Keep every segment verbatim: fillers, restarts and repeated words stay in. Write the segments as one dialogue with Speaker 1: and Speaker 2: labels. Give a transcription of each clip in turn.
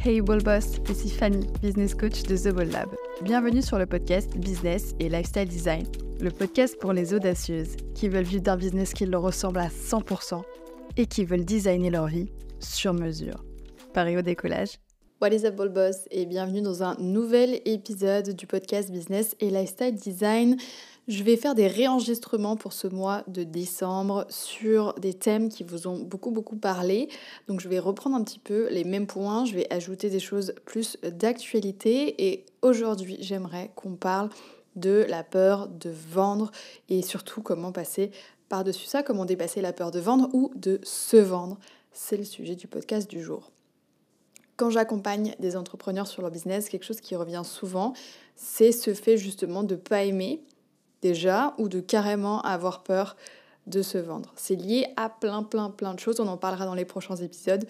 Speaker 1: Hey Ball Boss, ici Fanny, business coach de The Ball Lab. Bienvenue sur le podcast Business et Lifestyle Design, le podcast pour les audacieuses qui veulent vivre d'un business qui leur ressemble à cent pour cent et qui veulent designer leur vie sur mesure. Paris au décollage.
Speaker 2: What is up Ball Boss et bienvenue dans un nouvel épisode du podcast Business et Lifestyle Design. Je vais faire des réenregistrements pour ce mois de décembre sur des thèmes qui vous ont beaucoup beaucoup parlé. Donc je vais reprendre un petit peu les mêmes points, je vais ajouter des choses plus d'actualité et aujourd'hui j'aimerais qu'on parle de la peur de vendre et surtout comment passer par-dessus ça, comment dépasser la peur de vendre ou de se vendre. C'est le sujet du podcast du jour. Quand j'accompagne des entrepreneurs sur leur business, quelque chose qui revient souvent, c'est ce fait justement de ne pas aimer déjà ou de carrément avoir peur de se vendre. C'est lié à plein plein plein de choses, on en parlera dans les prochains épisodes.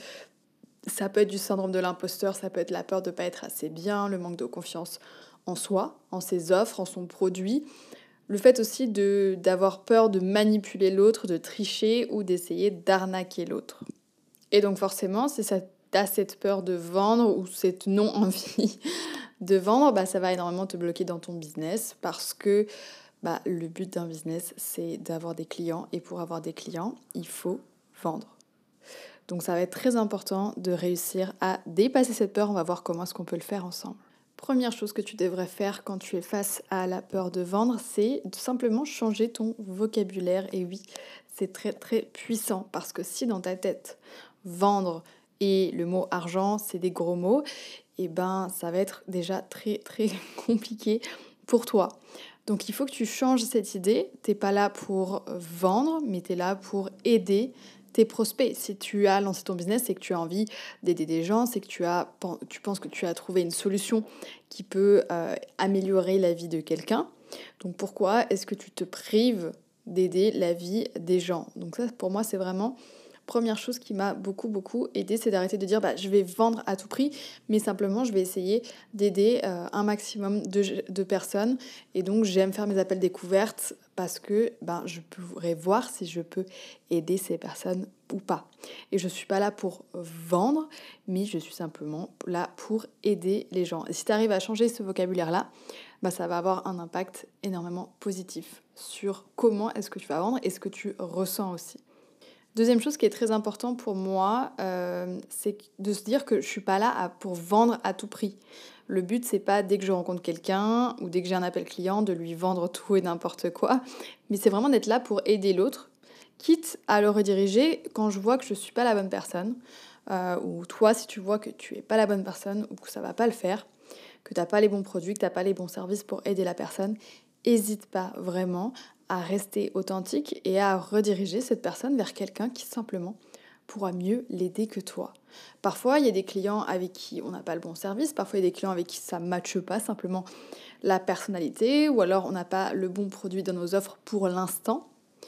Speaker 2: Ça peut être du syndrome de l'imposteur, ça peut être la peur de ne pas être assez bien, le manque de confiance en soi, en ses offres, en son produit. Le fait aussi de, d'avoir peur de manipuler l'autre, de tricher ou d'essayer d'arnaquer l'autre. Et donc forcément, si ça t'as cette peur de vendre ou cette non-envie de vendre, bah, ça va énormément te bloquer dans ton business parce que bah, le but d'un business, c'est d'avoir des clients et pour avoir des clients, il faut vendre. Donc ça va être très important de réussir à dépasser cette peur. On va voir comment est-ce qu'on peut le faire ensemble. Première chose que tu devrais faire quand tu es face à la peur de vendre, c'est de simplement changer ton vocabulaire. Et oui, c'est très très puissant parce que si dans ta tête, vendre et le mot argent, c'est des gros mots, et ben ça va être déjà très très compliqué pour toi. Donc il faut que tu changes cette idée. T'es pas là pour vendre, mais t'es là pour aider tes prospects. Si tu as lancé ton business, c'est que tu as envie d'aider des gens, c'est que tu as, tu penses que tu as trouvé une solution qui peut euh, améliorer la vie de quelqu'un. Donc pourquoi est-ce que tu te prives d'aider la vie des gens ? Donc ça, pour moi, c'est vraiment première chose qui m'a beaucoup beaucoup aidé, c'est d'arrêter de dire bah, je vais vendre à tout prix, mais simplement je vais essayer d'aider euh, un maximum de, de personnes. Et donc j'aime faire mes appels découvertes parce que ben, je pourrais voir si je peux aider ces personnes ou pas. Et je ne suis pas là pour vendre, mais je suis simplement là pour aider les gens. Et si tu arrives à changer ce vocabulaire-là, bah, ça va avoir un impact énormément positif sur comment est-ce que tu vas vendre et ce que tu ressens aussi. Deuxième chose qui est très important pour moi, euh, c'est de se dire que je ne suis pas là à, pour vendre à tout prix. Le but, c'est pas dès que je rencontre quelqu'un ou dès que j'ai un appel client de lui vendre tout et n'importe quoi, mais c'est vraiment d'être là pour aider l'autre, quitte à le rediriger quand je vois que je ne suis pas la bonne personne, euh, ou toi, si tu vois que tu n'es pas la bonne personne ou que ça ne va pas le faire, que tu n'as pas les bons produits, que tu n'as pas les bons services pour aider la personne, n'hésite pas vraiment à rester authentique et à rediriger cette personne vers quelqu'un qui simplement pourra mieux l'aider que toi. Parfois, il y a des clients avec qui on n'a pas le bon service, parfois il y a des clients avec qui ça ne matche pas simplement la personnalité, ou alors on n'a pas le bon produit dans nos offres pour l'instant.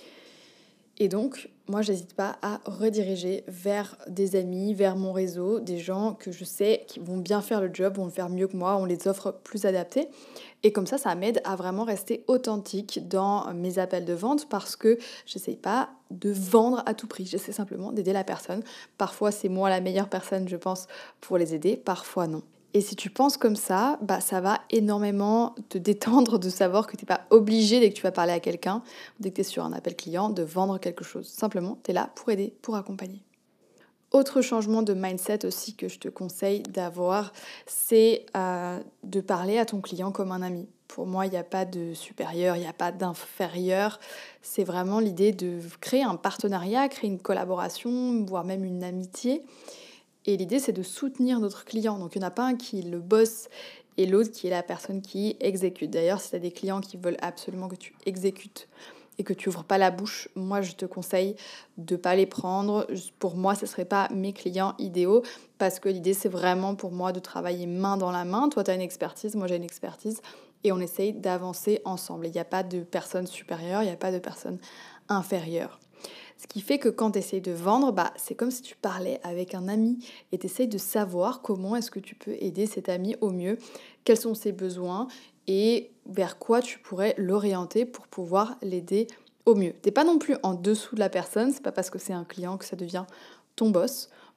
Speaker 2: Et donc, moi, j'hésite pas à rediriger vers des amis, vers mon réseau, des gens que je sais qui vont bien faire le job, vont le faire mieux que moi, on les offre plus adaptés. Et comme ça, ça m'aide à vraiment rester authentique dans mes appels de vente parce que j'essaye pas de vendre à tout prix. J'essaie simplement d'aider la personne. Parfois, c'est moi la meilleure personne, je pense, pour les aider. Parfois, non. Et si tu penses comme ça, bah ça va énormément te détendre de savoir que tu n'es pas obligé, dès que tu vas parler à quelqu'un, dès que tu es sur un appel client, de vendre quelque chose. Simplement, tu es là pour aider, pour accompagner. Autre changement de mindset aussi que je te conseille d'avoir, c'est euh, de parler à ton client comme un ami. Pour moi, il n'y a pas de supérieur, il n'y a pas d'inférieur. C'est vraiment l'idée de créer un partenariat, créer une collaboration, voire même une amitié. Et l'idée, c'est de soutenir notre client. Donc, il n'y en a pas un qui est le boss et l'autre qui est la personne qui exécute. D'ailleurs, si tu as des clients qui veulent absolument que tu exécutes et que tu n'ouvres pas la bouche, moi, je te conseille de ne pas les prendre. Pour moi, ce ne seraient pas mes clients idéaux parce que l'idée, c'est vraiment pour moi de travailler main dans la main. Toi, tu as une expertise, moi, j'ai une expertise et on essaye d'avancer ensemble. Il n'y a pas de personne supérieure, il n'y a pas de personne inférieure. Ce qui fait que quand tu essayes de vendre, bah, c'est comme si tu parlais avec un ami et tu essayes de savoir comment est-ce que tu peux aider cet ami au mieux, quels sont ses besoins et vers quoi tu pourrais l'orienter pour pouvoir l'aider au mieux. Tu n'es pas non plus en dessous de la personne, c'est pas parce que c'est un client que ça devient ton boss.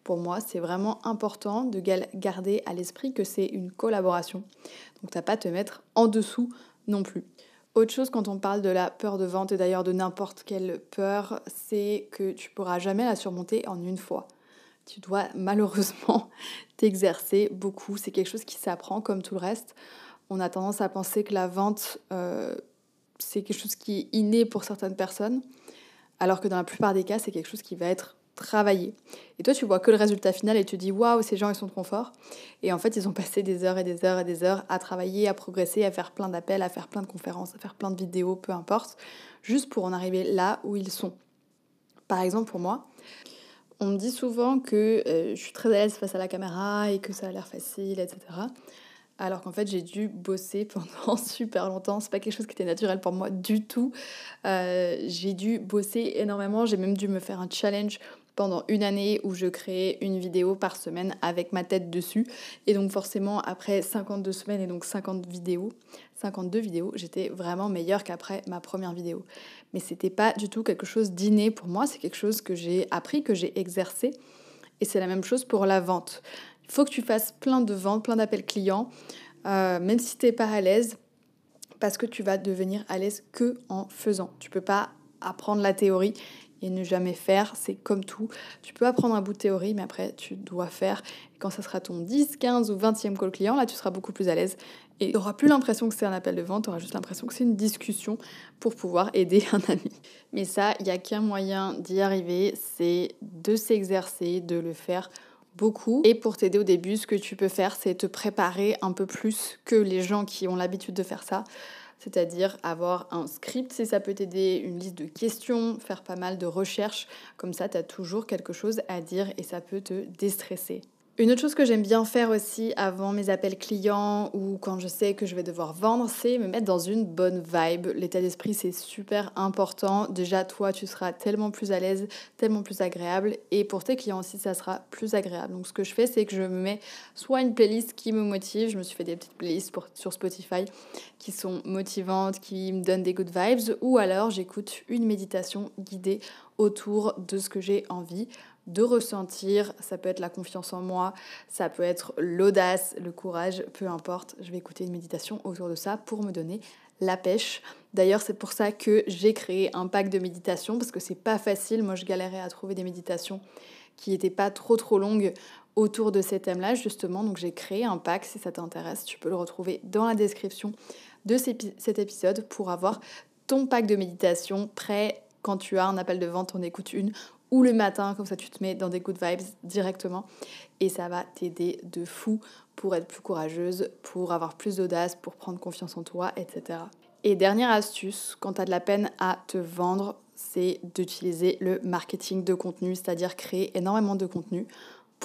Speaker 2: pour moi, c'est vraiment important de garder à l'esprit que c'est une collaboration. Donc t'as pas à te mettre en dessous non plus. Autre chose quand on parle de la peur de vente, et d'ailleurs de n'importe quelle peur, c'est que tu pourras jamais la surmonter en une fois. Tu dois malheureusement t'exercer beaucoup. C'est quelque chose qui s'apprend comme tout le reste. On a tendance à penser que la vente, euh, c'est quelque chose qui est inné pour certaines personnes, alors que dans la plupart des cas, c'est quelque chose qui va être travaillé. Et toi, tu vois que le résultat final et tu te dis « Waouh, ces gens, ils sont trop forts ». Et en fait, ils ont passé des heures et des heures et des heures à travailler, à progresser, à faire plein d'appels, à faire plein de conférences, à faire plein de vidéos, peu importe, juste pour en arriver là où ils sont. Par exemple, pour moi, on me dit souvent que euh, je suis très à l'aise face à la caméra et que ça a l'air facile, et cetera. Alors qu'en fait, j'ai dû bosser pendant super longtemps. C'est pas quelque chose qui était naturel pour moi du tout. Euh, j'ai dû bosser énormément. J'ai même dû me faire un challenge pendant une année où je créais une vidéo par semaine avec ma tête dessus. Et donc forcément, après cinquante-deux semaines et donc cinquante vidéos, cinquante-deux vidéos, j'étais vraiment meilleure qu'après ma première vidéo. Mais c'était pas du tout quelque chose d'inné pour moi. C'est quelque chose que j'ai appris, que j'ai exercé. Et c'est la même chose pour la vente. Il faut que tu fasses plein de ventes, plein d'appels clients, euh, même si tu n'es pas à l'aise, parce que tu vas devenir à l'aise que en faisant. Tu ne peux pas apprendre la théorie et ne jamais faire, c'est comme tout. Tu peux apprendre un bout de théorie, mais après, tu dois faire. Et quand ça sera ton dix, quinze ou vingtième call client, là, tu seras beaucoup plus à l'aise. Et tu n'auras plus l'impression que c'est un appel de vente, tu auras juste l'impression que c'est une discussion pour pouvoir aider un ami. Mais ça, il n'y a qu'un moyen d'y arriver, c'est de s'exercer, de le faire beaucoup. Et pour t'aider au début, ce que tu peux faire, c'est te préparer un peu plus que les gens qui ont l'habitude de faire ça. C'est-à-dire avoir un script, si ça peut t'aider, une liste de questions, faire pas mal de recherches. Comme ça, tu as toujours quelque chose à dire et ça peut te déstresser. Une autre chose que j'aime bien faire aussi avant mes appels clients ou quand je sais que je vais devoir vendre, c'est me mettre dans une bonne vibe. L'état d'esprit, c'est super important. Déjà, toi, tu seras tellement plus à l'aise, tellement plus agréable. Et pour tes clients aussi, ça sera plus agréable. Donc, ce que je fais, c'est que je me mets soit une playlist qui me motive. Je me suis fait des petites playlists pour, sur Spotify qui sont motivantes, qui me donnent des good vibes. Ou alors, j'écoute une méditation guidée autour de ce que j'ai envie de ressentir. Ça peut être la confiance en moi, ça peut être l'audace, le courage, peu importe. Je vais écouter une méditation autour de ça pour me donner la pêche. D'ailleurs, c'est pour ça que j'ai créé un pack de méditation parce que c'est pas facile. Moi, je galérais à trouver des méditations qui n'étaient pas trop trop longues autour de ces thèmes-là, justement. Donc, j'ai créé un pack. Si ça t'intéresse, tu peux le retrouver dans la description de cet épisode pour avoir ton pack de méditation prêt quand tu as un appel de vente, on écoute une, ou le matin, comme ça tu te mets dans des good vibes directement et ça va t'aider de fou pour être plus courageuse, pour avoir plus d'audace, pour prendre confiance en toi, et cetera. Et dernière astuce, quand tu as de la peine à te vendre, c'est d'utiliser le marketing de contenu, c'est-à-dire créer énormément de contenu. Pourquoi ?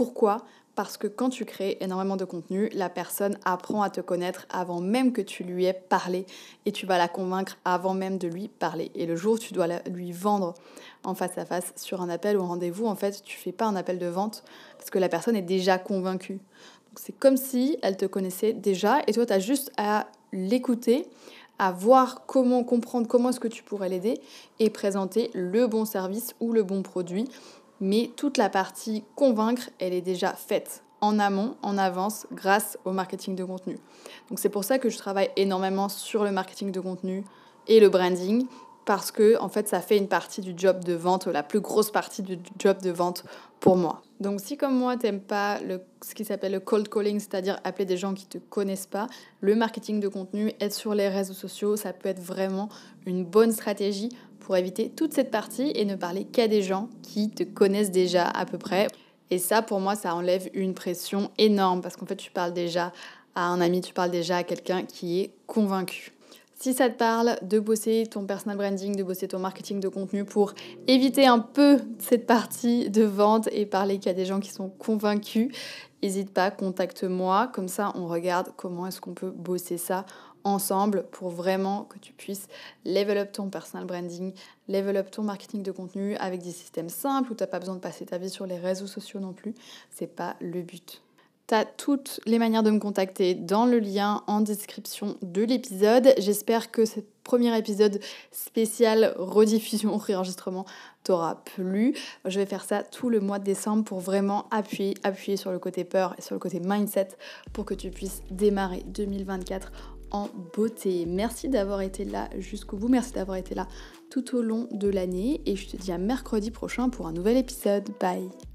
Speaker 2: Parce que quand tu crées énormément de contenu, la personne apprend à te connaître avant même que tu lui aies parlé et tu vas la convaincre avant même de lui parler. Et le jour où tu dois la, lui vendre en face à face sur un appel ou un rendez-vous, en fait, tu fais pas un appel de vente parce que la personne est déjà convaincue. Donc, c'est comme si elle te connaissait déjà et toi, tu as juste à l'écouter, à voir comment comprendre comment est-ce que tu pourrais l'aider et présenter le bon service ou le bon produit. Mais toute la partie convaincre, elle est déjà faite en amont, en avance, grâce au marketing de contenu. Donc c'est pour ça que je travaille énormément sur le marketing de contenu et le branding, parce que en fait, ça fait une partie du job de vente, la plus grosse partie du job de vente pour moi. Donc si comme moi, t'aimes pas le, ce qui s'appelle le cold calling, c'est-à-dire appeler des gens qui te connaissent pas, le marketing de contenu, être sur les réseaux sociaux, ça peut être vraiment une bonne stratégie pour éviter toute cette partie et ne parler qu'à des gens qui te connaissent déjà à peu près. Et ça, pour moi, ça enlève une pression énorme parce qu'en fait, tu parles déjà à un ami, tu parles déjà à quelqu'un qui est convaincu. Si ça te parle de bosser ton personal branding, de bosser ton marketing de contenu pour éviter un peu cette partie de vente et parler qu'à des gens qui sont convaincus, n'hésite pas, contacte-moi. Comme ça, on regarde comment est-ce qu'on peut bosser ça ensemble pour vraiment que tu puisses level up ton personal branding, level up ton marketing de contenu avec des systèmes simples où tu n'as pas besoin de passer ta vie sur les réseaux sociaux non plus. C'est pas le but. Tu as toutes les manières de me contacter dans le lien en description de l'épisode. J'espère que ce premier épisode spécial rediffusion, réenregistrement t'aura plu. Je vais faire ça tout le mois de décembre pour vraiment appuyer, appuyer sur le côté peur et sur le côté mindset pour que tu puisses démarrer deux mille vingt-quatre en beauté. Merci d'avoir été là jusqu'au bout. Merci d'avoir été là tout au long de l'année. Et je te dis à mercredi prochain pour un nouvel épisode. Bye!